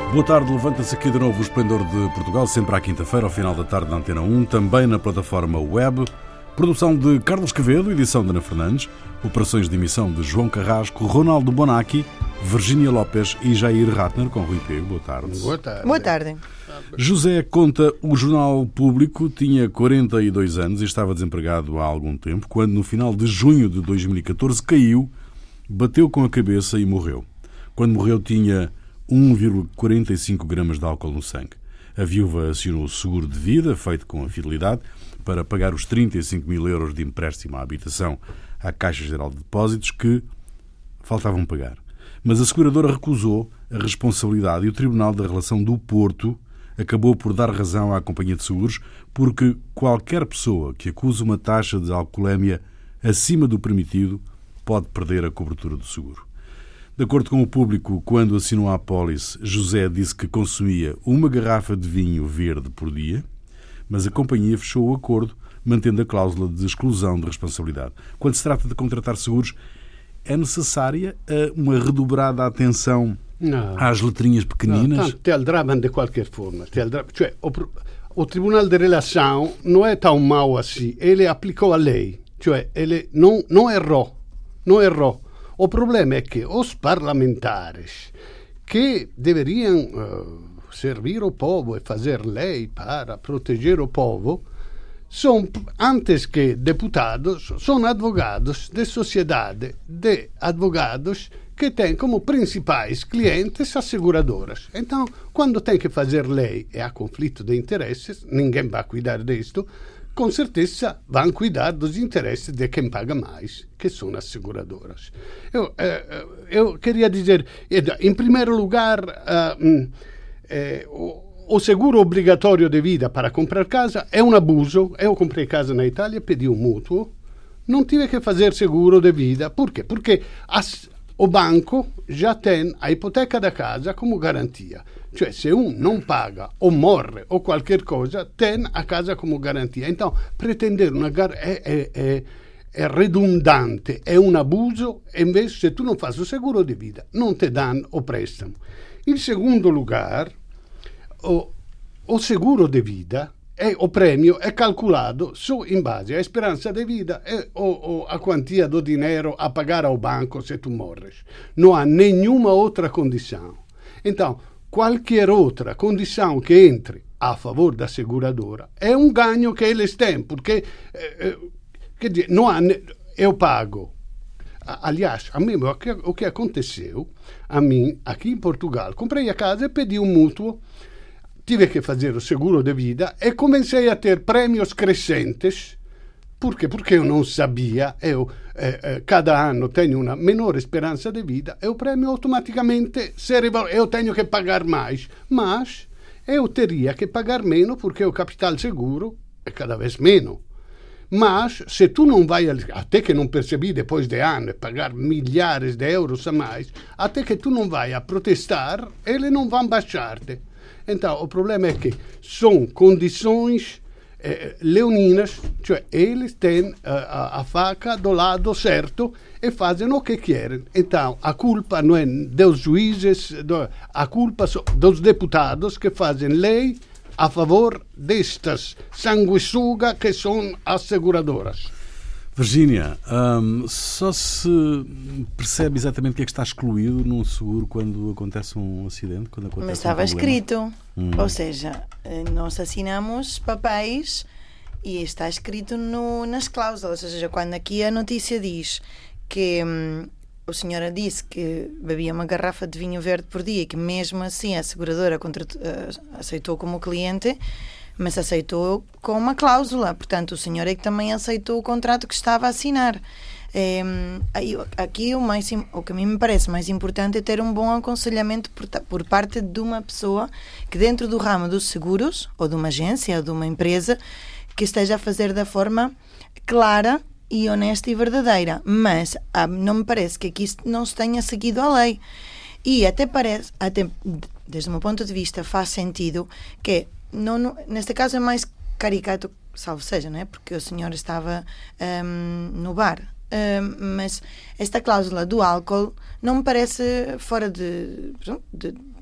Boa tarde, levanta-se aqui de novo o Esplendor de Portugal, sempre à quinta-feira, ao final da tarde na Antena 1, também na plataforma web. Produção de Carlos Quevedo, edição de Ana Fernandes, operações de emissão de João Carrasco, Ronaldo Bonacci, Virgínia Lopes e Jair Ratner, com Rui Pego. Boa tarde. Boa tarde. Boa tarde. José conta o Jornal Público, tinha 42 anos e estava desempregado há algum tempo, quando no final de junho de 2014 caiu, bateu com a cabeça e morreu. Quando morreu tinha 1,45 gramas de álcool no sangue. A viúva acionou o seguro de vida, feito com a fidelidade, para pagar os 35 mil euros de empréstimo à habitação à Caixa Geral de Depósitos que faltavam pagar. Mas a seguradora recusou a responsabilidade e o Tribunal da Relação do Porto acabou por dar razão à Companhia de Seguros, porque qualquer pessoa que acuse uma taxa de alcoolemia acima do permitido pode perder a cobertura do seguro. De acordo com o Público, quando assinou a apólice, José disse que consumia uma garrafa de vinho verde por dia, mas a companhia fechou o acordo, mantendo a cláusula de exclusão de responsabilidade. Quando se trata de contratar seguros, é necessária uma redobrada atenção às letrinhas pequeninas? Te aldrabam de qualquer forma. Cioè, o Tribunal de Relação não é tão mau assim. Ele aplicou a lei. Cioè, ele não errou. Não errou. O problema é que os parlamentares que deveriam servir o povo e fazer lei para proteger o povo são, antes que deputados, são advogados de sociedade de advogados que têm como principais clientes as seguradoras. Então, quando tem que fazer lei e há conflito de interesses, ninguém vai cuidar disto, com certeza vão cuidar dos interesses de quem paga mais, que são as seguradoras. Eu queria dizer, em primeiro lugar, o seguro obrigatório de vida para comprar casa é um abuso. Eu comprei casa na Itália, pedi um mutuo, não tive que fazer seguro de vida. Por quê? Porque o banco já tem a hipoteca da casa como garantia. Cioè, se não paga ou morre ou qualquer coisa, tem a casa como garantia. Então, pretender uma garantia é redundante, é um abuso, invece se tu não faz o seguro de vida, não te dão o préstamo. Em segundo lugar, o seguro de vida, o prêmio é calculado só em base à esperança de vida e a quantia do dinheiro a pagar ao banco se tu morres. Não há nenhuma outra condição. Então, qualquer outra condição que entre a favor da seguradora é um ganho que eles têm, porque quer dizer, não há, eu pago. Aliás, a mim, o que aconteceu a mim aqui em Portugal, comprei a casa e pedi um mutuo, tive que fazer o seguro de vida e comecei a ter prêmios crescentes. Por quê? Porque eu não sabia, cada ano tenho uma menor esperança de vida e o prêmio automaticamente eu tenho que pagar mais, mas eu teria que pagar menos porque o capital seguro é cada vez menos. Mas se tu não vai, até que não percebi depois de anos, pagar milhares de euros a mais, até que tu não vai a protestar, eles não vão baixar-te. Então, o problema é que são condições leoninas, cioè eles têm a faca do lado certo e fazem o que querem. Então, a culpa não é dos juízes, a culpa é dos deputados que fazem lei a favor destas sanguessugas que são as seguradoras. Virgínia, só se percebe exatamente o que é que está excluído num seguro quando acontece um acidente? Quando acontece Mas estava escrito. Ou seja, nós assinamos papéis e está escrito nas cláusulas. Ou seja, quando aqui a notícia diz que o senhor disse que bebia uma garrafa de vinho verde por dia e que mesmo assim a seguradora aceitou como cliente, mas aceitou com uma cláusula. Portanto, o senhor é que também aceitou o contrato que estava a assinar. Aqui o que a mim me parece mais importante é ter um bom aconselhamento por parte de uma pessoa que dentro do ramo dos seguros, ou de uma agência, ou de uma empresa, que esteja a fazer da forma clara e honesta e verdadeira. Mas não me parece que aqui não se tenha seguido a lei. E até desde o meu ponto de vista, faz sentido que neste caso é mais caricato, salvo seja, não é? Porque o senhor estava no bar. Mas esta cláusula do álcool não me parece fora de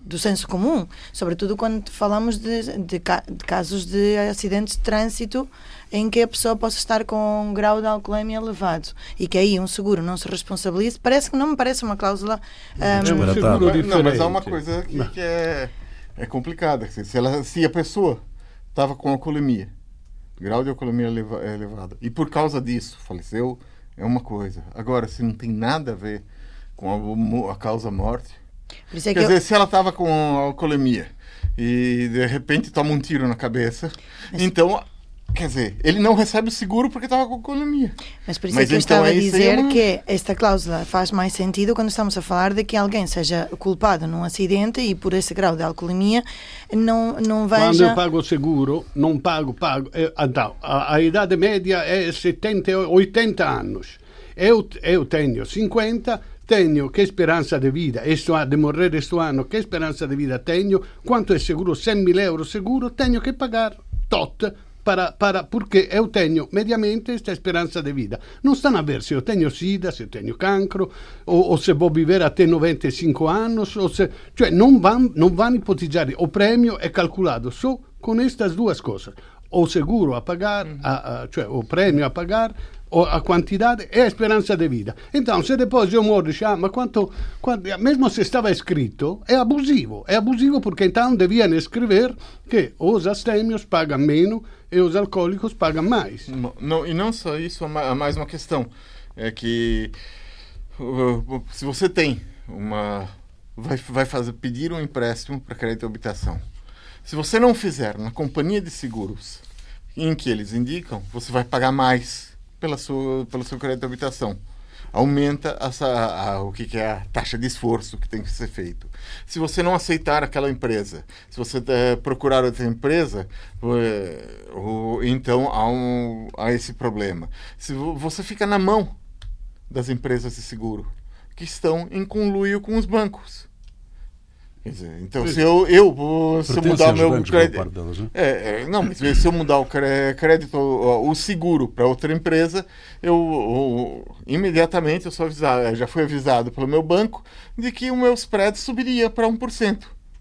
do senso comum, sobretudo quando falamos de casos de acidentes de trânsito em que a pessoa possa estar com um grau de alcoolemia elevado e que aí um seguro não se responsabilize. Não me parece uma cláusula não, mas há uma coisa aqui que é complicada. Se a pessoa estava com alcoolemia, grau de alcoolemia elevado, e por causa disso faleceu, é uma coisa. Agora, se não tem nada a ver com a causa morte, quer dizer, se ela estava com alcoolemia e de repente toma um tiro na cabeça, então, quer dizer, ele não recebe o seguro porque estava com alcoolemia. Mas por isso que eu estava a dizer que esta cláusula faz mais sentido quando estamos a falar de que alguém seja culpado num acidente e por esse grau de alcoolemia não veja... Quando eu pago o seguro, não pago. Então, a idade média é 70, 80 anos. Eu tenho 50... Tenho que esperança de vida, de morrer este ano, que esperança de vida tenho, quanto é seguro, 100.000 euros seguro, tenho que pagar tot, porque eu tenho mediamente esta esperança de vida. Não estão a ver se eu tenho sida, se eu tenho cancro, ou se vou viver até 95 anos, cioè não vão ipotizar. O prêmio é calculado só com estas duas coisas. O seguro a pagar, cioè o prêmio a pagar, a quantidade e a esperança de vida. Então, se depois eu morro, mas quanto, mesmo se estava escrito, é abusivo porque então deviam escrever que os astêmios pagam menos e os alcoólicos pagam mais. Não, e não só isso, há mais uma questão, é que se você tem vai pedir um empréstimo para crédito de habitação. Se você não fizer na companhia de seguros em que eles indicam, você vai pagar mais pelo seu crédito de habitação. Aumenta o que é a taxa de esforço que tem que ser feito. Se você não aceitar aquela empresa, se você procurar outra empresa, então há esse problema. Se você fica na mão das empresas de seguro, que estão em conluio com os bancos. Quer dizer, então, se eu mudar meu crédito, não, mas se eu mudar o crédito, o seguro para outra empresa, eu imediatamente eu sou avisado, já fui avisado pelo meu banco de que o meu spread subiria para 1%.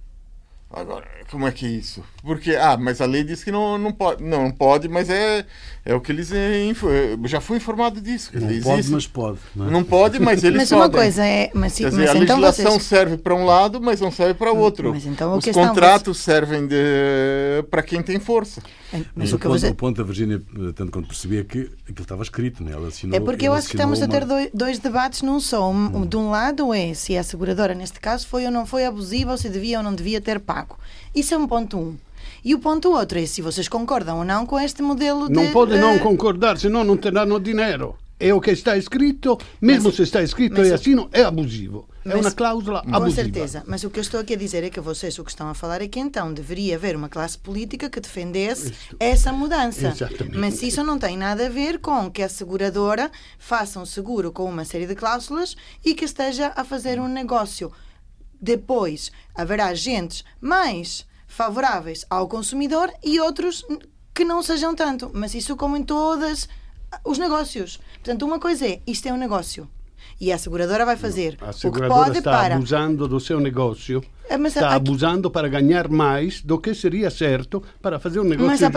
Agora, como é que é isso? Porque, mas a lei diz que não pode. Não pode, mas é o que eles... já fui informado disso. Não pode, existe. Mas pode. Não pode, mas eles mas podem. Uma coisa é... Mas a legislação serve para um lado, mas não serve para o outro. Mas então, os contratos servem para quem tem força. Mas o ponto da Virgínia, tanto quanto percebi, é que aquilo estava escrito, né? Ela assinou, é porque eu acho que estamos a ter dois debates num só. De um lado é se a seguradora, neste caso, foi ou não foi abusiva, ou se devia ou não devia ter pago. Isso é um ponto 1. E o ponto outro é se vocês concordam ou não com este modelo de... Não pode não concordar, senão não terão dinheiro. É o que está escrito, mesmo se está escrito e assim, é abusivo. É uma cláusula abusiva. Com certeza. Mas o que eu estou aqui a dizer é que vocês o que estão a falar é que então deveria haver uma classe política que defendesse essa mudança. Exatamente. Mas isso não tem nada a ver com que a seguradora faça um seguro com uma série de cláusulas e que esteja a fazer um negócio. Depois haverá agentes mais favoráveis ao consumidor e outros que não sejam tanto. Mas isso como em todos os negócios. Portanto, uma coisa é, isto é um negócio. E a seguradora vai fazer o que pode está abusando do seu negócio. Está abusando para ganhar mais do que seria certo para fazer um negócio justo. Mas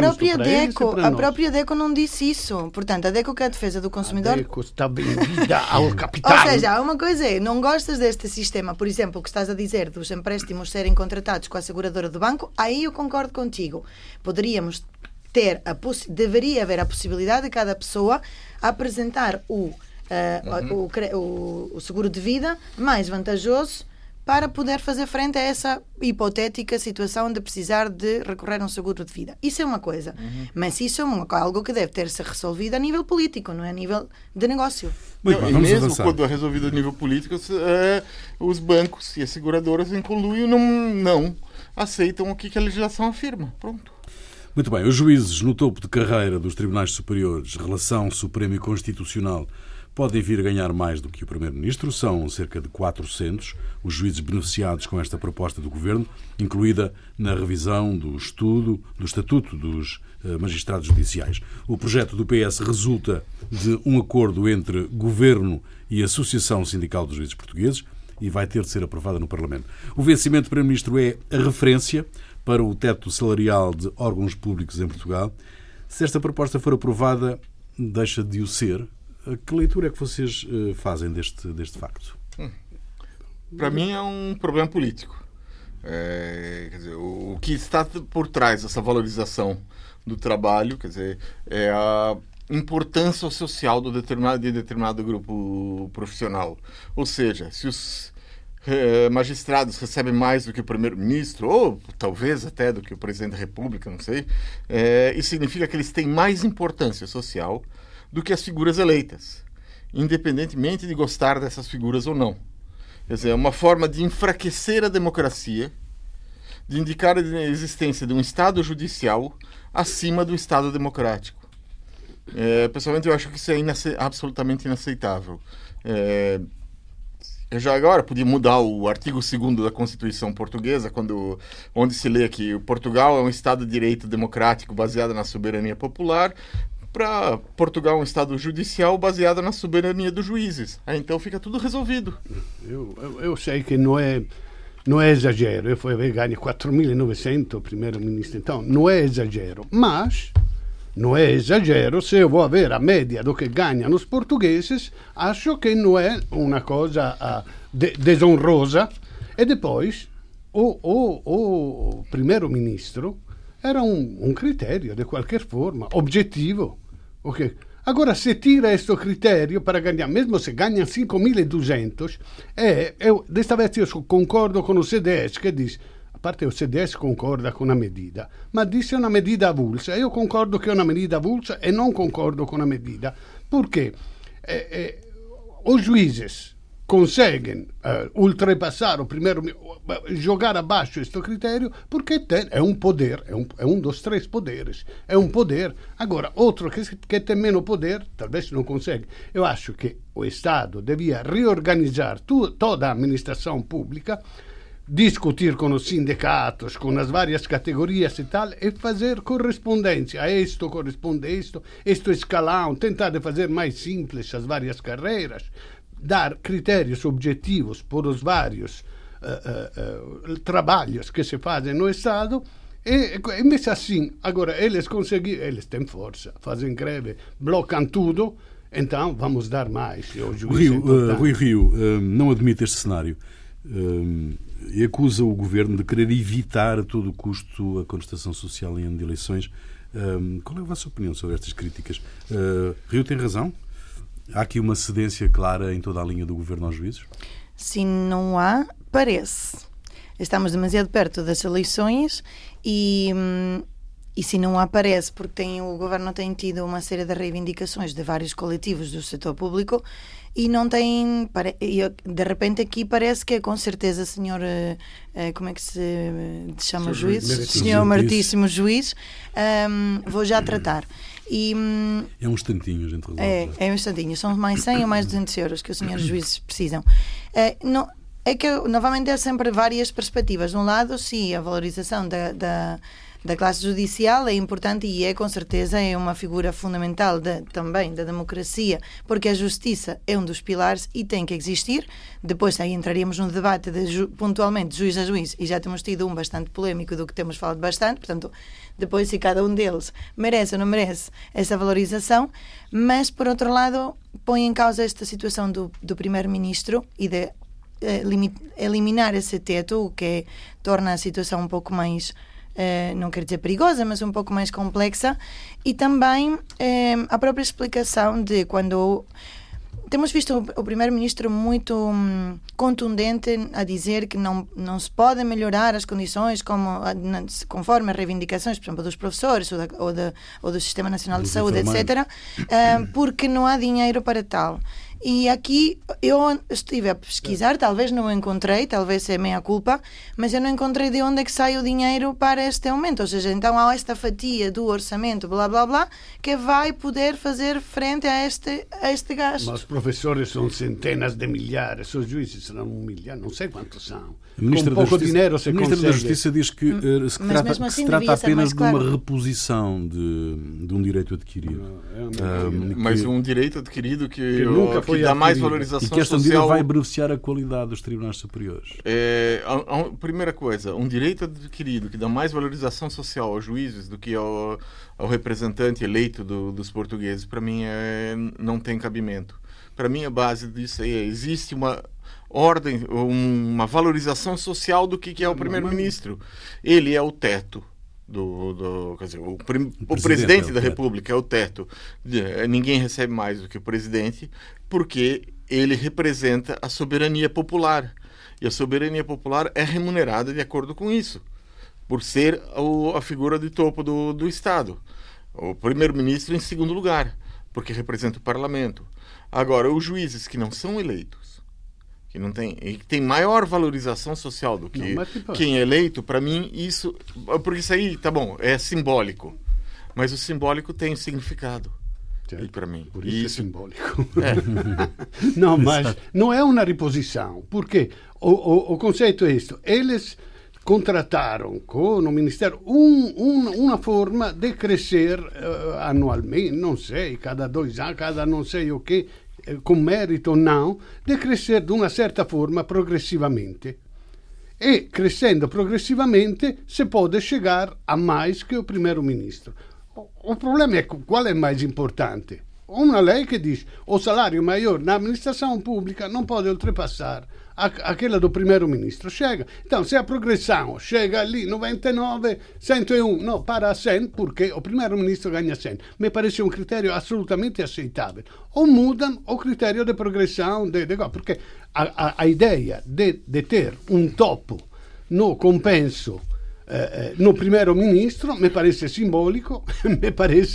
a própria DECO não disse isso. Portanto, a DECO, que é a defesa do consumidor... A DECO está vendida ao capital. Ou seja, uma coisa é, não gostas deste sistema, por exemplo, o que estás a dizer dos empréstimos serem contratados com a seguradora do banco, aí eu concordo contigo. Poderíamos deveria haver a possibilidade de cada pessoa apresentar o seguro de vida mais vantajoso para poder fazer frente a essa hipotética situação de precisar de recorrer a um seguro de vida. Isso é uma coisa. Mas isso é algo que deve ter-se resolvido a nível político, não é a nível de negócio. E mesmo quando é resolvido a nível político, os bancos e as seguradoras em conluio não aceitam o que a legislação afirma. Pronto. Muito bem. Os juízes no topo de carreira dos tribunais superiores, relação Supremo e Constitucional, podem vir a ganhar mais do que o Primeiro-Ministro. São cerca de 400 os juízes beneficiados com esta proposta do Governo, incluída na revisão do Estatuto dos Magistrados Judiciais. O projeto do PS resulta de um acordo entre Governo e Associação Sindical dos Juízes Portugueses e vai ter de ser aprovada no Parlamento. O vencimento do Primeiro-Ministro é a referência para o teto salarial de órgãos públicos em Portugal. Se esta proposta for aprovada, deixa de o ser. Que leitura é que vocês fazem deste facto? Para mim é um problema político. Quer dizer, o que está por trás dessa valorização do trabalho, quer dizer, é a importância social de determinado grupo profissional. Ou seja, se os magistrados recebem mais do que o primeiro-ministro, ou talvez até do que o presidente da República, não sei, isso significa que eles têm mais importância social do que as figuras eleitas, independentemente de gostar dessas figuras ou não. Quer dizer, é uma forma de enfraquecer a democracia, de indicar a existência de um Estado judicial acima do Estado democrático. Pessoalmente, eu acho que isso é absolutamente inaceitável. Eu já agora podia mudar o artigo 2º da Constituição Portuguesa, onde se lê que Portugal é um Estado de direito democrático baseado na soberania popular, para Portugal um Estado judicial baseado na soberania dos juízes. Então fica tudo resolvido. Eu sei que não é exagero. Eu fui ganho 4.900 primeiro-ministro, então não é exagero. Mas não é exagero se eu vou ver a média do que ganham os portugueses, acho que não é uma coisa desonrosa. E depois o primeiro-ministro era um critério, de qualquer forma, objetivo. Okay. Agora, se tira questo critério para ganhar, mesmo se ganha 5.200, desta vez eu concordo com o CDS, que diz, a parte o CDS concorda com a medida, ma dice una medida avulsa. Eu concordo che è una medida avulsa e non concordo con a medida, perché os juízes conseguem ultrapassar o primeiro, jogar abaixo este critério, porque é um poder, é um dos três poderes, é um poder. Agora, outro que tem menos poder, talvez não consegue. Eu acho que o Estado devia reorganizar toda a administração pública, discutir com os sindicatos, com as várias categorias e tal, e fazer correspondência. A isto corresponde a isto, este escalão, tentar de fazer mais simples as várias carreiras, dar critérios objetivos por os vários trabalhos que se fazem no Estado, e invece assim, agora eles conseguiram, eles têm força, fazem greve, blocam tudo, então vamos dar mais. Rui Rio não admite este cenário e acusa o Governo de querer evitar a todo custo a contestação social em ano de eleições. Qual é a vossa opinião sobre estas críticas? Rio tem razão? Há aqui uma cedência clara em toda a linha do Governo aos juízes? Se não há, parece. Estamos demasiado perto das eleições e se não há, parece, porque o Governo tem tido uma série de reivindicações de vários coletivos do setor público e não tem... De repente aqui parece que é com certeza, senhor... como é que se chama o juiz? Senhor Martíssimo Juiz. Vou já tratar. É um instantinho, a gente resolve. É um instantinho. São mais 100 ou mais 200 euros que os senhores juízes precisam. É que, novamente, há sempre várias perspectivas. De um lado, sim, a valorização da classe judicial é importante e é, com certeza, é uma figura fundamental também da democracia, porque a justiça é um dos pilares e tem que existir. Depois aí entraríamos num debate pontualmente de juiz a juiz, e já temos tido um bastante polémico do que temos falado bastante, portanto, depois se cada um deles merece ou não merece essa valorização, mas, por outro lado, põe em causa esta situação do primeiro-ministro e de eliminar esse teto, o que torna a situação um pouco mais... não quero dizer perigosa, mas um pouco mais complexa, e também a própria explicação de quando temos visto o primeiro-ministro muito contundente a dizer que não se podem melhorar as condições conforme as reivindicações, por exemplo, dos professores ou do Sistema Nacional de Saúde, etc., porque não há dinheiro para tal. E aqui eu estive a pesquisar, talvez não encontrei, talvez é meia culpa, mas eu não encontrei de onde é que sai o dinheiro para este aumento. Ou seja, então há esta fatia do orçamento, blá, blá, blá, que vai poder fazer frente a este gasto. Mas os professores são centenas de milhares, os juízes serão 1 milhar, não sei quantos são. Com pouco dinheiro se consegue. A Ministra da Justiça diz que se trata apenas de uma reposição de um direito adquirido. Mas um direito adquirido que que dá mais valorização social... E que esta social... medida vai beneficiar a qualidade dos tribunais superiores. Primeira coisa, um direito adquirido que dá mais valorização social aos juízes do que ao representante eleito dos portugueses, para mim, não tem cabimento. Para mim, a base disso aí existe uma ordem, uma valorização social do que é o primeiro-ministro. Ele é o teto. Quer dizer, o presidente da República é o teto. Ninguém recebe mais do que o presidente, porque ele representa a soberania popular. E a soberania popular é remunerada de acordo com isso, por ser a figura de topo do Estado. O primeiro-ministro em segundo lugar, porque representa o parlamento. Agora, os juízes que não são eleitos, que tem maior valorização social do que quem é eleito, para mim, isso... Porque isso aí, tá bom, é simbólico. Mas o simbólico tem significado. Para mim. Por isso é simbólico. Não, mas não é uma reposição. Porque o conceito é isto. Eles contrataram com o Ministério uma forma de crescer anualmente, não sei, cada 2 anos, cada não sei o que, com mérito ou não, de crescer de uma certa forma progressivamente. E crescendo progressivamente se pode chegar a mais que o primeiro-ministro. O problema é qual é mais importante. Uma lei que diz o salário maior na administração pública não pode ultrapassar aquela do primeiro-ministro. Chega. Então, se a progressão chega ali 99, 101, não, para a 100, porque o primeiro-ministro ganha 100. Me parece um critério absolutamente aceitável. Ou mudam o critério de progressão, porque a ideia de ter um topo no compenso no primeiro-ministro me parece simbólico me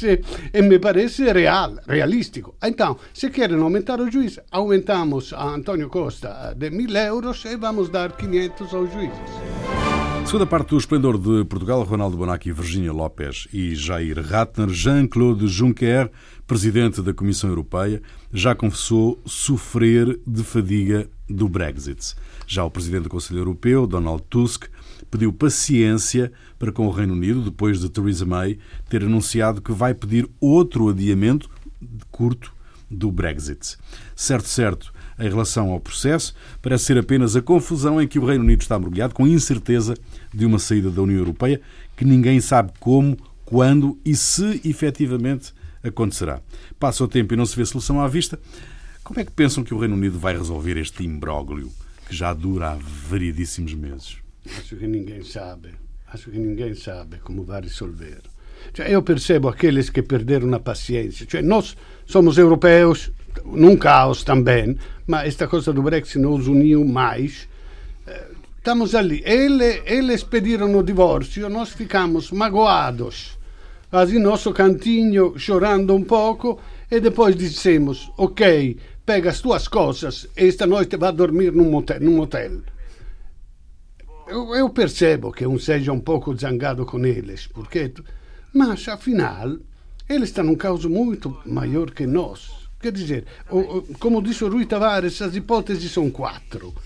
parece realístico. Então, se querem aumentar o juiz, aumentamos a António Costa de 1.000 euros e vamos dar 500 aos juízes. Segunda parte do Esplendor de Portugal, Ronaldo Bonacci, Virgínia Lopes e Jair Ratner. Jean-Claude Juncker, presidente da Comissão Europeia, já confessou sofrer de fadiga do Brexit. Já o presidente do Conselho Europeu, Donald Tusk, pediu paciência para com o Reino Unido, depois de Theresa May ter anunciado que vai pedir outro adiamento curto do Brexit. Certo, em relação ao processo, parece ser apenas a confusão em que o Reino Unido está mergulhado, com incerteza de uma saída da União Europeia, que ninguém sabe como, quando e se efetivamente acontecerá. Passa o tempo e não se vê solução à vista. Como é que pensam que o Reino Unido vai resolver este imbróglio que já dura há variedíssimos meses? Acho que ninguém sabe como vai resolver. Eu percebo aqueles que perderam a paciência. Nós somos europeus, num caos também, mas esta coisa do Brexit nos uniu mais. Estamos ali. Eles pediram o divórcio, nós ficamos magoados, assim, nosso cantinho, chorando um pouco, e depois dissemos, ok, pega as tuas coisas e esta noite vai dormir num hotel. Eu percebo que seja um pouco zangado com eles, mas afinal eles estão num caos muito maior que nós. Quer dizer, como disse o Rui Tavares, as hipóteses são 4.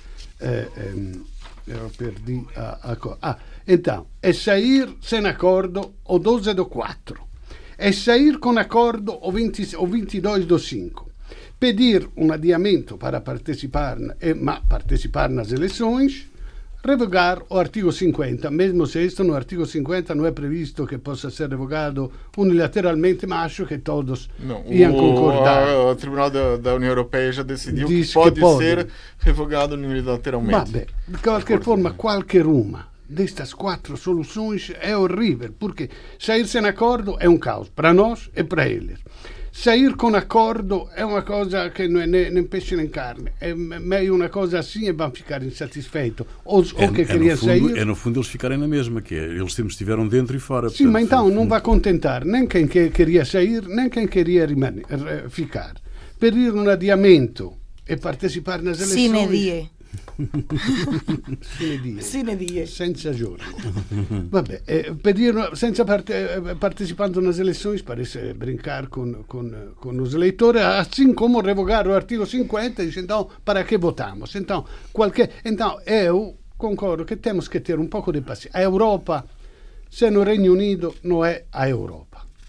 Eu perdi a coisa. Então, é sair sem acordo o 12/4. É sair com acordo o 22/5. Pedir um adiamento para participar nas eleições. Revogar o artigo 50, mesmo se isto no artigo 50 não é previsto que possa ser revogado unilateralmente, mas acho que todos iam concordar. O Tribunal da União Europeia já decidiu que pode ser revogado unilateralmente. Vabbè, de qualquer forma, qualquer uma destas 4 soluções é horrível, porque sair sem acordo é um caos para nós e para eles. Sair com acordo é uma coisa que não é nem peixe nem carne. É meio uma coisa assim e vão ficar insatisfeitos. Ou que queriam sair... É no fundo eles ficarem na mesma, que eles sempre estiveram dentro e fora. Sim, mas então não vai contentar nem quem queria sair, nem quem queria ficar. Pedir um adiamento e participar nas eleições... Sine die. Senza giorno. Vabbè, participando nas eleições parece brincar com os eleitores, assim como revogar o artigo 50 e dizer, então, para que votamos? Então, eu concordo que temos que ter um pouco de paciência. A Europa, sem o Reino Unido, não é a Europa.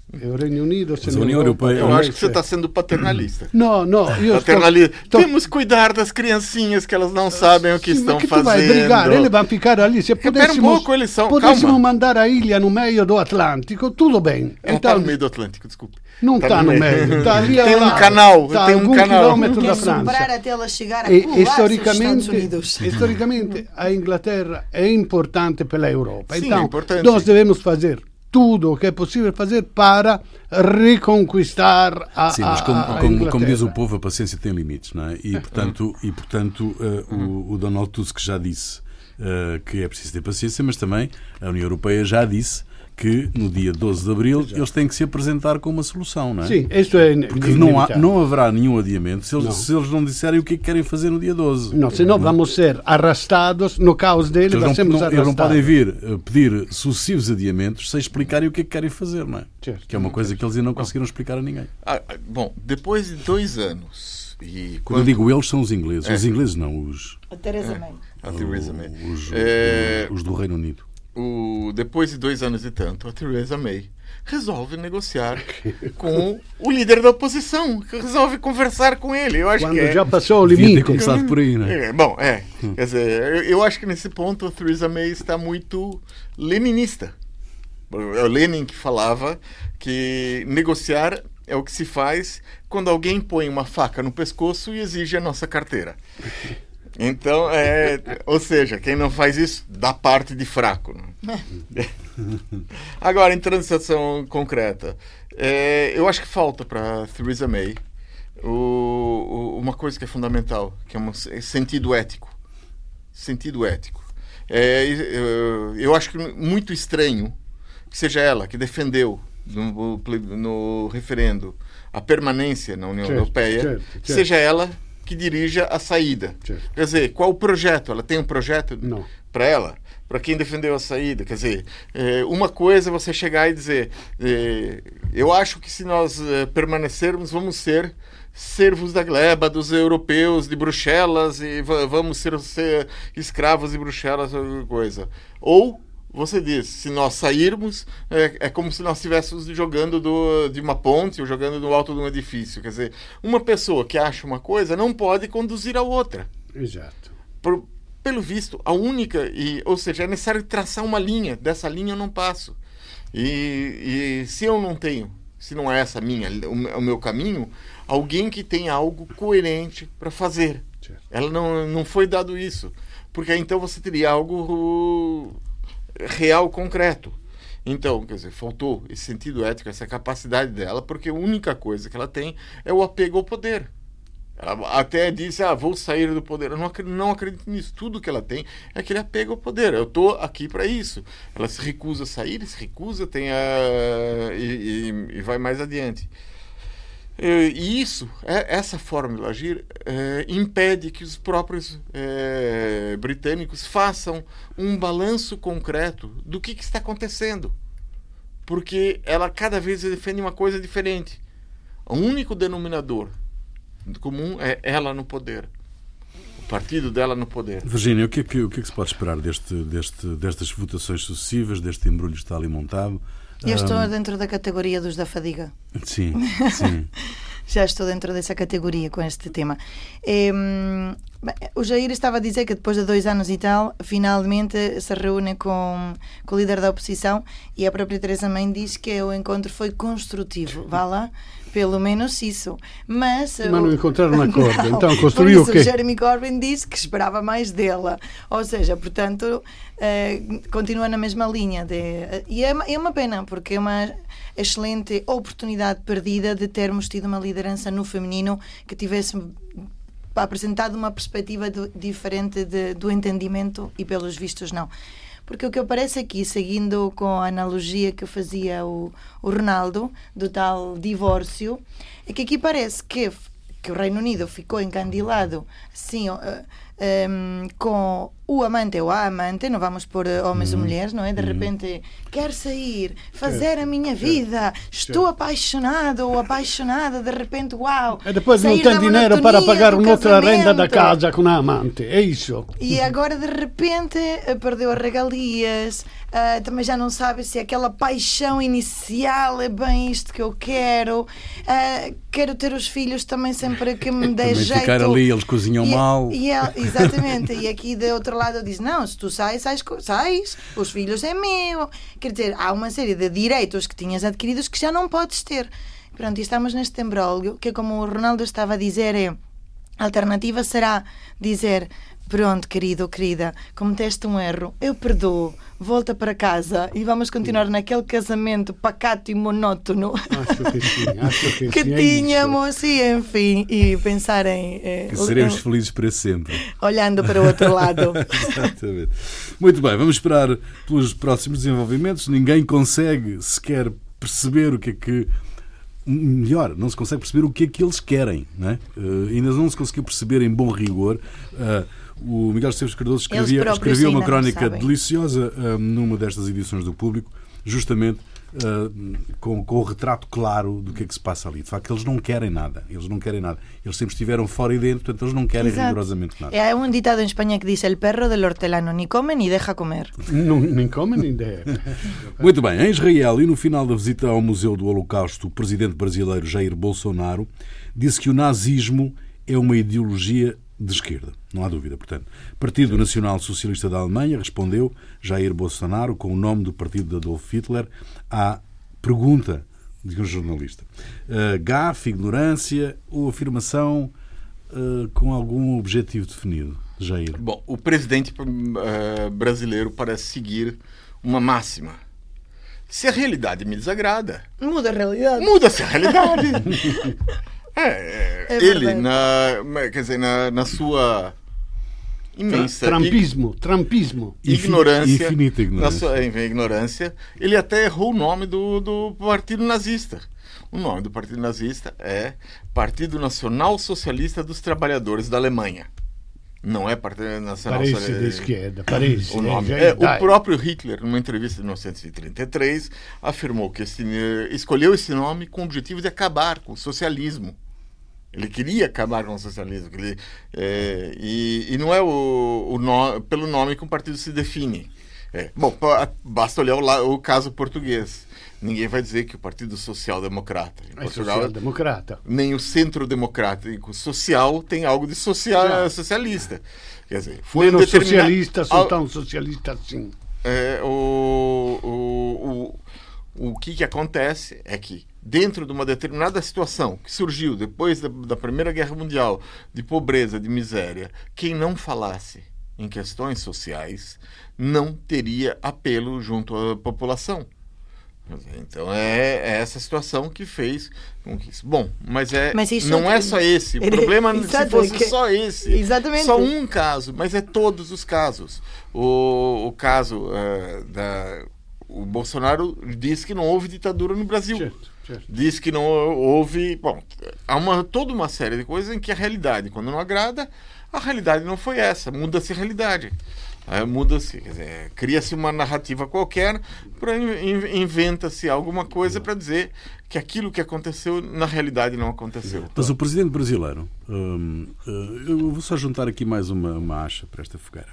E o Regno Unito, Mas a União Europeia... Eu acho que você está sendo paternalista. No, io Paternalista. Temos que cuidar das criancinhas que elas não sabem o que Sì, estão ma che tu fazendo. vai brigare, eles vão ficar ali. Se Espera um pouco, eles são... potessimo Calma. mandar a ilha no meio do Atlântico, tudo bem. Não está no meio do Atlântico, desculpe. Não está no meio, está ali Tem ao um lado. canal, Está tem a um algum canal. quilômetro da Quer sobrar França. até ela chegar a E colar-se aos Estados storicamente, Unidos. storicamente a Inglaterra è importante per l'Europa. Sim, Então, é importante. nós devemos fazer tudo o que é possível fazer para reconquistar a Sim, mas a como Inglaterra. diz o povo, a paciência tem limites, não é? E, portanto, o Donald Tusk já disse que é preciso ter paciência, mas também a União Europeia já disse que no dia 12 de Abril eles têm que se apresentar com uma solução, não é? Sim, isso é Porque inevitável. não haverá nenhum adiamento se eles não disserem o que é que querem fazer no dia 12. No, senão vamos ser arrastados no caos dele, Eles vamos não arrastados. podem vir pedir sucessivos adiamentos sem explicarem o que é que querem fazer, não é? Certo. Que é uma coisa que eles ainda não conseguiram explicar a ninguém. Bom, depois de 2 anos... E Quando eu digo eles, são os ingleses. Os ingleses não, A Theresa May. A Theresa May. os do Reino Unido. Depois de 2 anos e tanto, a Theresa May resolve negociar com o líder da oposição, que resolve conversar com ele. Eu acho Quando que já passou o Devia ter limite. começado por aí, não é? Quer dizer, eu acho que nesse ponto a Theresa May está muito leninista. É o Lenin que falava que negociar é o que se faz quando alguém põe uma faca no pescoço e exige a nossa carteira. Então, ou seja, quem não faz isso, dá parte de fraco. Agora, em transação concreta, eu acho que falta para Theresa May uma coisa que é fundamental, que é sentido ético. Sentido ético. Eu acho que muito estranho que seja ela que defendeu no referendo a permanência na União Europeia, certo. seja ela que dirija a saída. Certo. Quer dizer, qual o projeto? Ela tem um projeto Não. para ela? Para quem defendeu a saída? Quer dizer, uma coisa é você chegar e dizer eu acho que se nós permanecermos, vamos ser servos da gleba dos europeus de Bruxelas e vamos ser escravos de Bruxelas, coisa. Ou você diz, se nós sairmos, é como se nós estivéssemos jogando de uma ponte ou jogando do alto de um edifício. Quer dizer, uma pessoa que acha uma coisa não pode conduzir a outra. Exato. Pelo visto, a única... ou seja, é necessário traçar uma linha. Dessa linha eu não passo. E se eu não tenho, se não é essa o meu caminho, alguém que tenha algo coerente para fazer. Certo. Ela não foi dado isso. Porque aí, então você teria algo... real, concreto. Então, quer dizer, faltou esse sentido ético, essa capacidade dela, porque a única coisa que ela tem é o apego ao poder. Ela até disse, vou sair do poder. Eu não acredito nisso. Tudo que ela tem é aquele apego ao poder. Eu estou aqui para isso. Ela se recusa a sair, se recusa, e vai mais adiante. E isso, essa forma de agir, impede que os próprios britânicos façam um balanço concreto do que está acontecendo. Porque ela cada vez defende uma coisa diferente. O único denominador comum é ela no poder. O partido dela no poder. Virgínia, o que é que se pode esperar destas votações sucessivas, deste embrulho que está ali montado? Eu estou dentro da categoria dos da fadiga. Sim. Já estou dentro dessa categoria com este tema. O Jair estava a dizer que depois de 2 anos e tal, finalmente se reúne com o líder da oposição, e a própria Theresa May diz que o encontro foi construtivo. Vá lá, pelo menos isso. Mas não encontraram acordo. Não, Então construiu por o quê? isso, Jeremy Corbyn disse que esperava mais dela. Ou seja, portanto, continua na mesma linha. E é uma pena, porque é uma excelente oportunidade perdida de termos tido uma liderança no feminino que tivesse apresentado uma perspectiva diferente do entendimento, e pelos vistos não. Porque o que aparece aqui, seguindo com a analogia que fazia o Ronaldo, do tal divórcio, é que aqui parece que o Reino Unido ficou encandilado assim, com o amante ou a amante, não vamos pôr homens ou mulheres, não é? De repente, quero sair, fazer a minha vida, estou apaixonado ou apaixonada, de repente, uau! E depois não sair tem da dinheiro para monotonia pagar do un'altra renda da casamento. casa com a amante. É isso. E agora, de repente, perdeu as regalias, também já não sabe se aquela paixão inicial é bem isto que eu quero. Quero ter os filhos também sempre que me dê também jeito. Ficar ali, eles cozinham mal. Exatamente. E aqui do outro lado diz, não, se tu sais, os filhos é meu. Quer dizer, há uma série de direitos que tinhas adquiridos que já não podes ter. Pronto, e estamos neste embrólio que, como o Ronaldo estava a dizer, a alternativa será dizer: pronto, querido ou querida, cometeste um erro, eu perdoo, volta para casa e vamos continuar naquele casamento pacato e monótono que tínhamos, e enfim, e pensar em... que seremos felizes para sempre. Olhando para o outro lado. Exatamente. Muito bem, vamos esperar pelos próximos desenvolvimentos. Ninguém consegue sequer perceber o que é que... Melhor, não se consegue perceber o que é que eles querem, não é? Ainda não se conseguiu perceber em bom rigor. O Miguel Esteves Cardoso escrevia uma crónica deliciosa numa destas edições do Público, justamente com o retrato claro do que é que se passa ali. De facto, eles não querem nada. Eles sempre estiveram fora e dentro, portanto, eles não querem rigorosamente nada. Há um ditado em Espanha que diz: el perro del hortelano ni come ni deja comer. Nem come nem deja. Muito bem, em Israel, e no final da visita ao Museu do Holocausto, o presidente brasileiro Jair Bolsonaro disse que o nazismo é uma ideologia de esquerda, não há dúvida, portanto. Partido Nacional Socialista da Alemanha, respondeu Jair Bolsonaro com o nome do partido de Adolf Hitler à pergunta de um jornalista. Gafe, ignorância ou afirmação com algum objetivo definido, Jair? Bom, o presidente brasileiro parece seguir uma máxima. Se a realidade me desagrada... Muda a realidade. Muda-se a realidade. Ele, quer dizer, na sua imensa Trumpismo. ignorância, infinita ignorância. Na sua ignorância, ele até errou o nome do Partido Nazista. O nome do Partido Nazista é Partido Nacional Socialista dos Trabalhadores da Alemanha. Não é Partido Nacional Socialista de esquerda, parece. O nome o próprio Hitler, numa entrevista de 1933, afirmou que escolheu esse nome com o objetivo de acabar com o socialismo. Ele queria acabar com o socialismo. E não é pelo nome que um partido se define. Bom, basta olhar o caso português. Ninguém vai dizer que o Partido Social Democrata em Portugal, social-democrata. Nem o Centro Democrático Social tem algo de socialista. Quer dizer, foi um socialista, são tão socialista assim. O que acontece é que, dentro de uma determinada situação que surgiu depois da Primeira Guerra Mundial, de pobreza, de miséria, quem não falasse em questões sociais não teria apelo junto à população. Então é essa situação que fez com que isso. Bom, mas não é só esse. O problema se fosse só esse. Exatamente. Só um caso, mas é todos os casos. O caso o Bolsonaro disse que não houve ditadura no Brasil. Certo. Diz que não houve... Bom, há toda uma série de coisas em que a realidade, quando não agrada, a realidade não foi essa. Muda-se a realidade. Muda-se, quer dizer, cria-se uma narrativa qualquer, inventa-se alguma coisa para dizer que aquilo que aconteceu na realidade não aconteceu. Mas o presidente brasileiro, eu vou só juntar aqui mais uma acha para esta fogueira,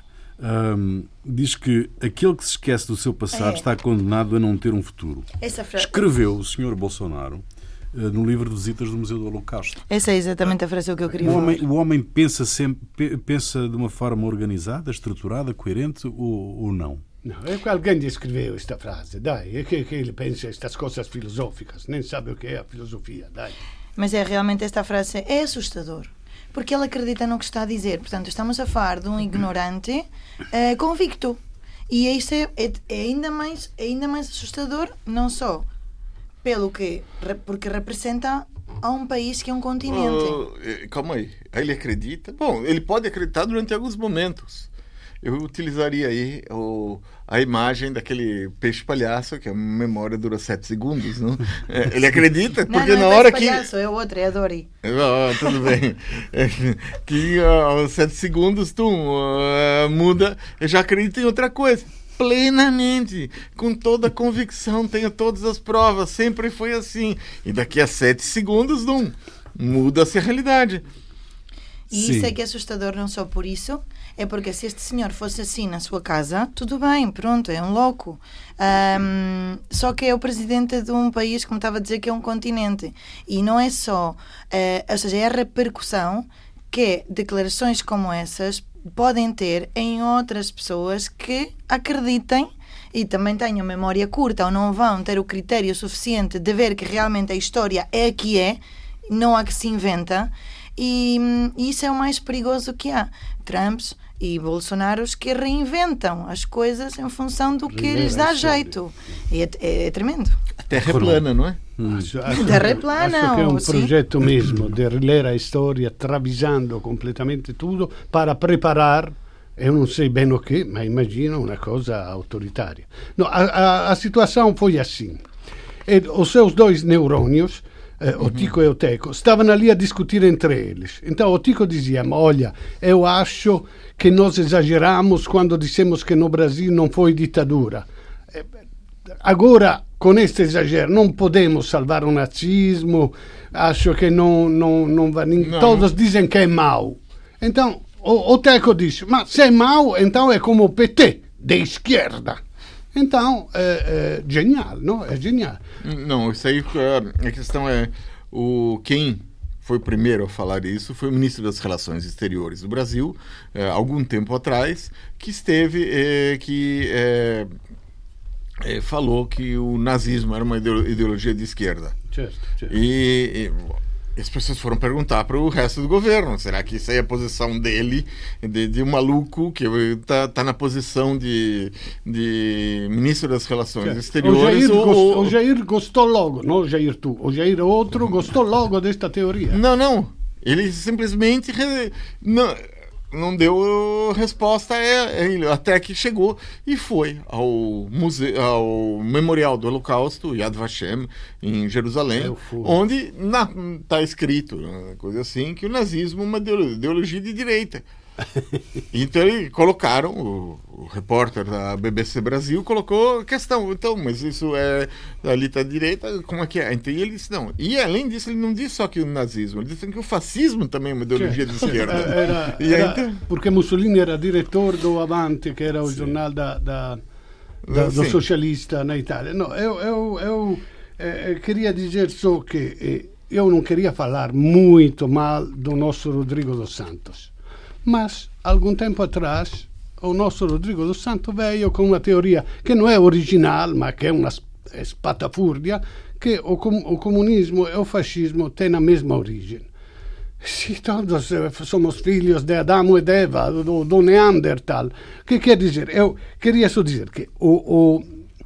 diz que aquele que se esquece do seu passado está condenado a não ter um futuro. Escreveu o senhor Bolsonaro no livro de visitas do Museu do Holocausto. Essa é exatamente a frase que eu queria falar. O homem pensa de uma forma organizada, estruturada, coerente ou não? Não, é que alguém escreveu esta frase, dai, é que ele pensa estas coisas filosóficas, nem sabe o que é a filosofia, dai. Mas realmente esta frase é assustador, porque ele acredita no que está a dizer. Portanto, estamos a falar de um ignorante convicto. E isso é ainda mais assustador, não só porque representa a um país que é um continente. Calma aí. Ele acredita? Bom, ele pode acreditar durante alguns momentos. Eu utilizaria aí a imagem daquele peixe palhaço, que a memória dura 7 segundos, não? Ele acredita, porque não na hora que... Não é palhaço, é o outro, é a Dory. Tudo bem. Que aos 7 segundos, muda, eu já acredito em outra coisa. Plenamente, com toda a convicção, tenho todas as provas, sempre foi assim. E daqui a 7 segundos, muda-se a realidade. E Sim. isso é que é assustador, não só por isso, é porque se este senhor fosse assim na sua casa, tudo bem, pronto, é um louco. Só que é o presidente de um país, como estava a dizer, que é um continente. E não é só, ou seja, é a repercussão que declarações como essas podem ter em outras pessoas que acreditem e também tenham memória curta ou não vão ter o critério suficiente de ver que realmente a história é a que é, não há que se inventa, e isso é o mais perigoso que há. Trumps e Bolsonaros que reinventam as coisas em função do que lhes dá jeito. E é tremendo. A Terra é plana, não é? Terra é plana, acho que é um sim. projeto mesmo de reler a história, travisando completamente tudo para preparar, eu não sei bem o que, mas imagino uma coisa autoritária. No, a situação foi assim. E os seus dois neurônios, o Tico e o Teco, stavano ali a discutir entre eles. Então o Tico dizia: olha, eu acho que nós exageramos quando dissemos que no Brasil não foi ditadura. Agora, com este exagero, não podemos salvar o nazismo, acho que não vai... Todos dizem que é mau. Então, o Teco diz: mas se é mau, então é como o PT, de esquerda. Então, é genial, não? É genial. Não, isso aí, a questão é, quem foi o primeiro a falar isso foi o ministro das Relações Exteriores do Brasil, algum tempo atrás, que falou que o nazismo era uma ideologia de esquerda. Certo. E as pessoas foram perguntar para o resto do governo: será que isso aí é a posição dele, de um maluco que está na posição de ministro das Relações Exteriores? O Jair gostou logo, não o Jair tu. O Jair outro gostou logo desta teoria. Não. Ele simplesmente não deu resposta até que chegou e foi ao Memorial do Holocausto, Yad Vashem, em Jerusalém, onde está escrito, coisa assim, que o nazismo é uma ideologia de direita. Então colocaram, o repórter da BBC Brasil colocou a questão: então, mas isso ali está à direita, como é que é? Então, e ele disse não. E além disso, ele não disse só que o nazismo, ele disse que o fascismo também é uma ideologia de esquerda. Porque Mussolini era diretor do Avanti, que era o jornal do socialista na Itália. No, eu queria dizer só que eu não queria falar muito mal do nosso Rodrigo dos Santos. Mas, algum tempo atrás, o nosso Rodrigo dos Santos veio com uma teoria que não é original, mas que é uma espatafúrdia, que o comunismo e o fascismo têm a mesma origem. Se todos somos filhos de Adão e de Eva, do Neandertal. Que quer dizer? Eu queria só dizer que o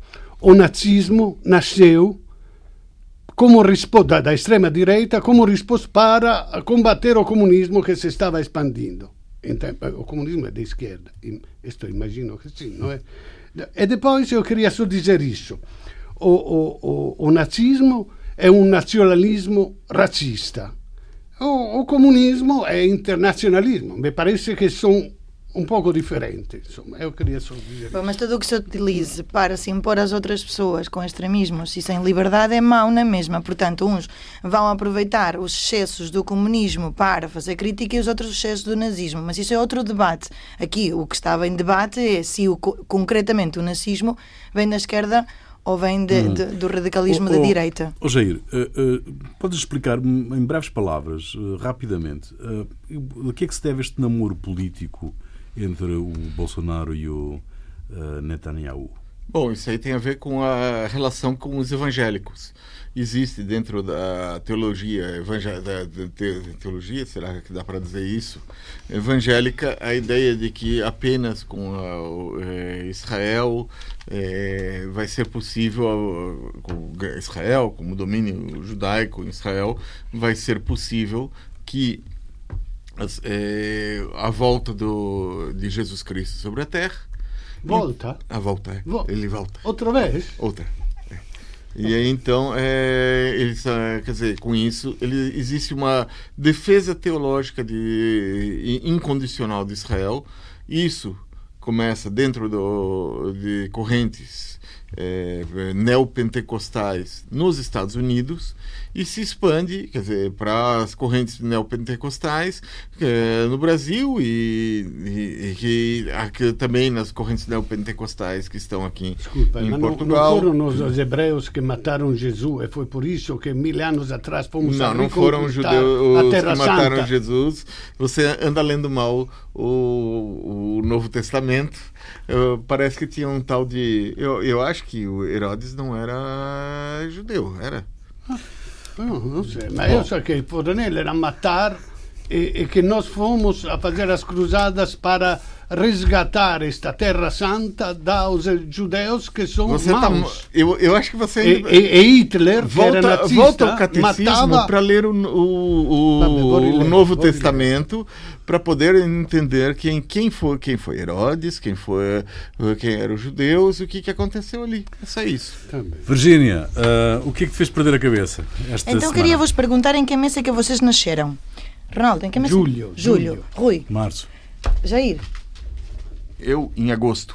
nazismo nasceu como resposta da extrema-direita, como resposta para combater o comunismo que se estava expandindo. Então, o comunismo é de esquerda, isto imagino que sim, não é? E depois eu queria só dizer isso: o nazismo é um nacionalismo racista, o comunismo é internacionalismo. Me parece que são um pouco diferentes. Insomma, eu queria só dizer. Mas tudo o que se utilize para se impor às outras pessoas com extremismos e sem liberdade é mau na mesma. Portanto, uns vão aproveitar os excessos do comunismo para fazer crítica e os outros os excessos do nazismo. Mas isso é outro debate. Aqui o que estava em debate é se concretamente o nazismo vem da esquerda ou vem do radicalismo da direita. Jair, podes explicar em breves palavras, rapidamente, a que é que se deve este namoro político entre o Bolsonaro e o Netanyahu? Bom, isso aí tem a ver com a relação com os evangélicos. Existe dentro da teologia, teologia, será que dá para dizer isso? Evangélica, a ideia de que apenas com Israel vai ser possível, com Israel, como domínio judaico em Israel, vai ser possível que a volta de Jesus Cristo sobre a Terra. Volta? A volta, ele volta. Outra vez? Outra. E aí, então, quer dizer, com isso, existe uma defesa teológica incondicional de Israel. Isso começa dentro de correntes neopentecostais nos Estados Unidos e se expande, quer dizer, para as correntes neopentecostais no Brasil e também nas correntes neopentecostais que estão aqui em Portugal. Não foram os hebreus que mataram Jesus e foi por isso que 1000 anos atrás fomos a não foram os judeus a Terra que mataram Santa. Jesus. Você anda lendo mal o Novo Testamento. Parece que tinha um tal de... Eu acho que o Herodes não era judeu, era? Não sei, mas eu sei que o Poronel era matar e que nós fomos a fazer as cruzadas para resgatar esta Terra Santa dos judeus que são maus. Eu acho que você... E Hitler, que era nazista, volta ao catecismo para ler o Novo Testamento, para poder entender quem foi Herodes, quem eram os judeus e o que aconteceu ali. É só isso. Virgínia, o que é que te fez perder a cabeça esta Então semana? queria vos perguntar em que mês é que vocês nasceram. Ronaldo, em que mês? Julho. Rui. Março. Jair. Eu, em agosto.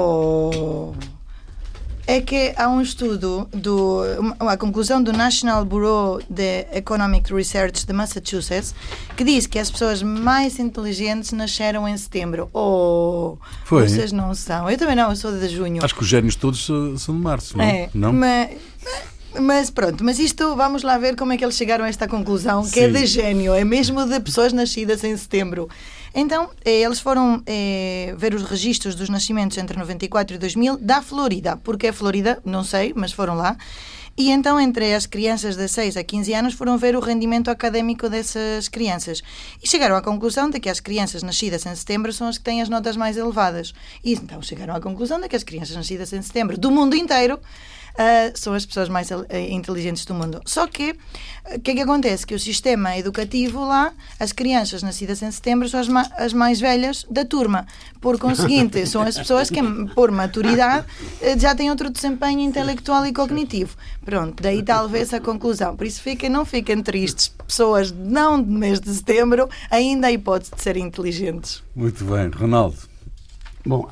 É que há um estudo, a conclusão do National Bureau of Economic Research de Massachusetts, que diz que as pessoas mais inteligentes nasceram em setembro. Foi? Vocês não são. Eu também não, eu sou de junho. Acho que os gênios todos são de março, não? Não? Mas pronto, mas isto, vamos lá ver como é que eles chegaram a esta conclusão, que é de gênio, é mesmo de pessoas nascidas em setembro. Então, eles foram ver os registros dos nascimentos entre 94 e 2000 da Flórida. Porque é Flórida? Não sei, mas foram lá. E então, entre as crianças de 6 a 15 anos, foram ver o rendimento académico dessas crianças. E chegaram à conclusão de que as crianças nascidas em setembro são as que têm as notas mais elevadas. E então chegaram à conclusão de que as crianças nascidas em setembro do mundo inteiro são as pessoas mais inteligentes do mundo. Só que, o que é que acontece? Que o sistema educativo lá, as crianças nascidas em setembro são as mais velhas da turma. Por conseguinte, são as pessoas que, por maturidade, já têm outro desempenho intelectual e cognitivo. Pronto, daí talvez a conclusão. Por isso não fiquem tristes. Pessoas não do mês de setembro ainda há hipótese de serem inteligentes. Muito bem. Ronaldo. Bom,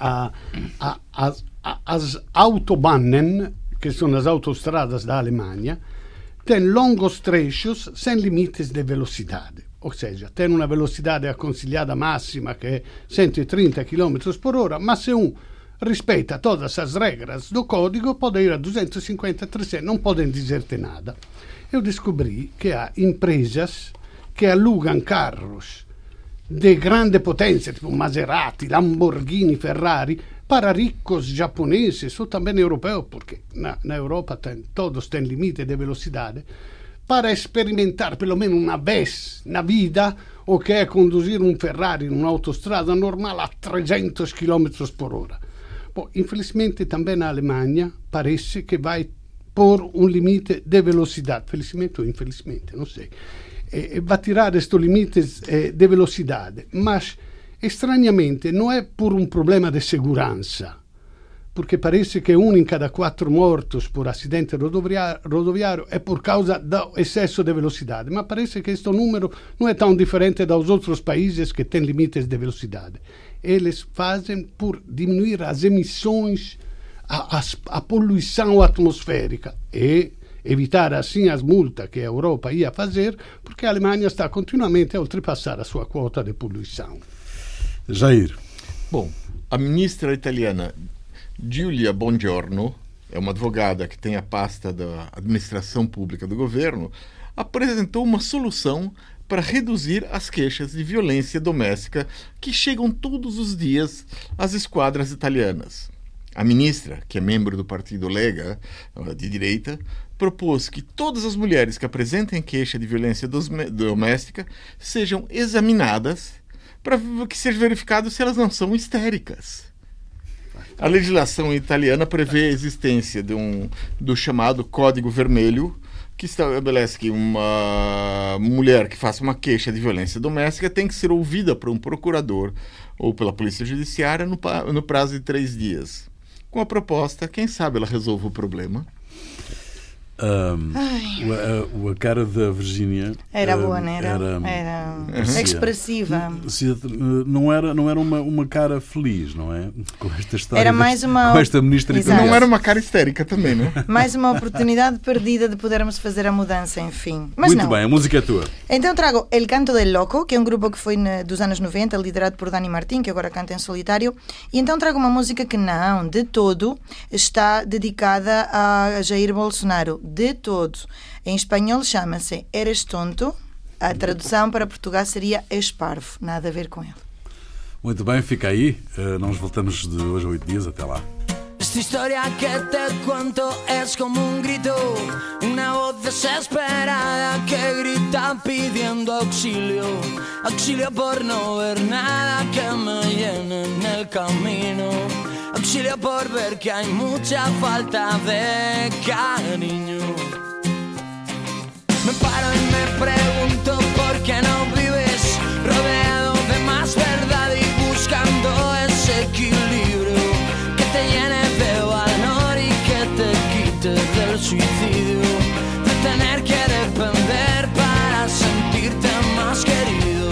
as Autobahnen, que são as autostradas da Alemanha, têm longos trechos sem limites de velocidade. Ou seja, tem uma velocidade aconselhada máxima que é 130 km por hora, mas se respeita todas as regras do código, pode ir a 250, 300, não podem dizer-te nada. Eu descobri que há empresas que alugam carros de grande potência, tipo Maserati, Lamborghini, Ferrari, para ricos japoneses ou também europeus, porque na Europa todos têm limite de velocidade, para experimentar pelo menos uma vez na vida o que é conduzir um Ferrari numa autostrada normal a 300 km por hora. Bom, infelizmente também na Alemanha parece que vai pôr um limite de velocidade, felizmente ou infelizmente, não sei, vai tirar estes limites de velocidade, mas estranhamente não é por um problema de segurança, porque parece que 1 em cada 4 mortos por acidente rodoviário é por causa do excesso de velocidade, mas parece que este número não é tão diferente dos outros países que têm limites de velocidade. Eles fazem por diminuir as emissões, a poluição atmosférica e evitar assim as multas que a Europa ia fazer, porque a Alemanha está continuamente a ultrapassar a sua quota de poluição. Jair. Bom, a ministra italiana Giulia Bongiorno, é uma advogada que tem a pasta da administração pública do governo, apresentou uma solução para reduzir as queixas de violência doméstica que chegam todos os dias às esquadras italianas. A ministra, que é membro do partido Lega, de direita, propôs que todas as mulheres que apresentem queixa de violência doméstica sejam examinadas para que seja verificado se elas não são histéricas. A legislação italiana prevê a existência do chamado Código Vermelho, que estabelece que uma mulher que faça uma queixa de violência doméstica tem que ser ouvida por um procurador ou pela polícia judiciária no prazo de 3 dias. Com a proposta, quem sabe ela resolve o problema. A cara da Virgínia era boa, não era? Era expressiva. Não era uma cara feliz, não é? Com esta história, era mais uma... com esta ministra italiana. Não era uma cara histérica também, não é? Mais uma oportunidade perdida de podermos fazer a mudança, enfim. Mas muito não. bem, a música é tua. Então trago El Canto del Loco, que é um grupo que foi dos anos 90, liderado por Dani Martín, que agora canta em solitário. E então trago uma música que não, de todo, está dedicada a Jair Bolsonaro. De todo. Em espanhol chama-se Eres Tonto. A tradução para português seria És Parvo. Nada a ver com ele. Muito bem, fica aí. Nós voltamos de hoje a 8 dias. Até lá. Esta historia que te cuento es como un grito, una voz desesperada que grita pidiendo auxilio, auxilio por no ver nada que me llene en el camino, auxilio por ver que hay mucha falta de cariño. Me paro y me pregunto por qué no vives rodeado de más verdad y buscando ese equilibrio que te llene de valor y que te quite del suicidio, de tener que depender para sentirte más querido,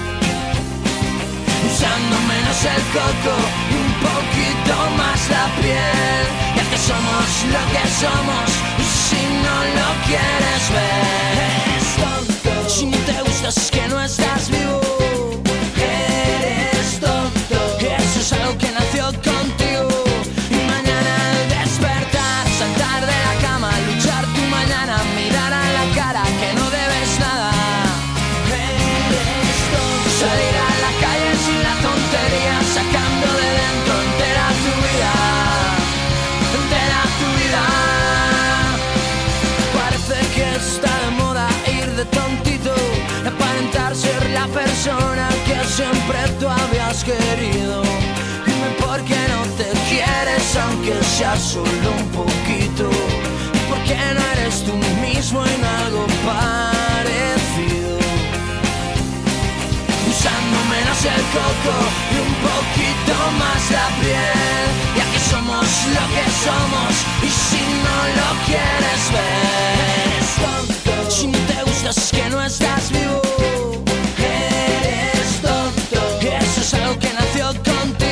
usando menos el coco y un poquito más la piel, ya que somos lo que somos y si no lo quieres ver, eres tonto. Si no te gustas es que no estás vivo, eres tonto. Eso es algo que nació contigo y mañana al despertar, saltar de la cama, luchar tu mañana, mirar a la cara que no debes nada, eres tonto. Salir a la calle sin la tontería, sacando de dentro entera tu vida, entera tu vida. Parece que está de moda ir de tontito, aparentar ser la persona que siempre tú habías querido. Dime por qué no te quieres aunque sea solo un poquito, y por qué no eres tú mismo en algo parecido, usando menos el coco y un poquito más la piel, ya que somos lo que somos y si no lo quieres ver, eres tonto. Si no te gustas es que no estás vivo, eres tonto. Eso es algo que nació contigo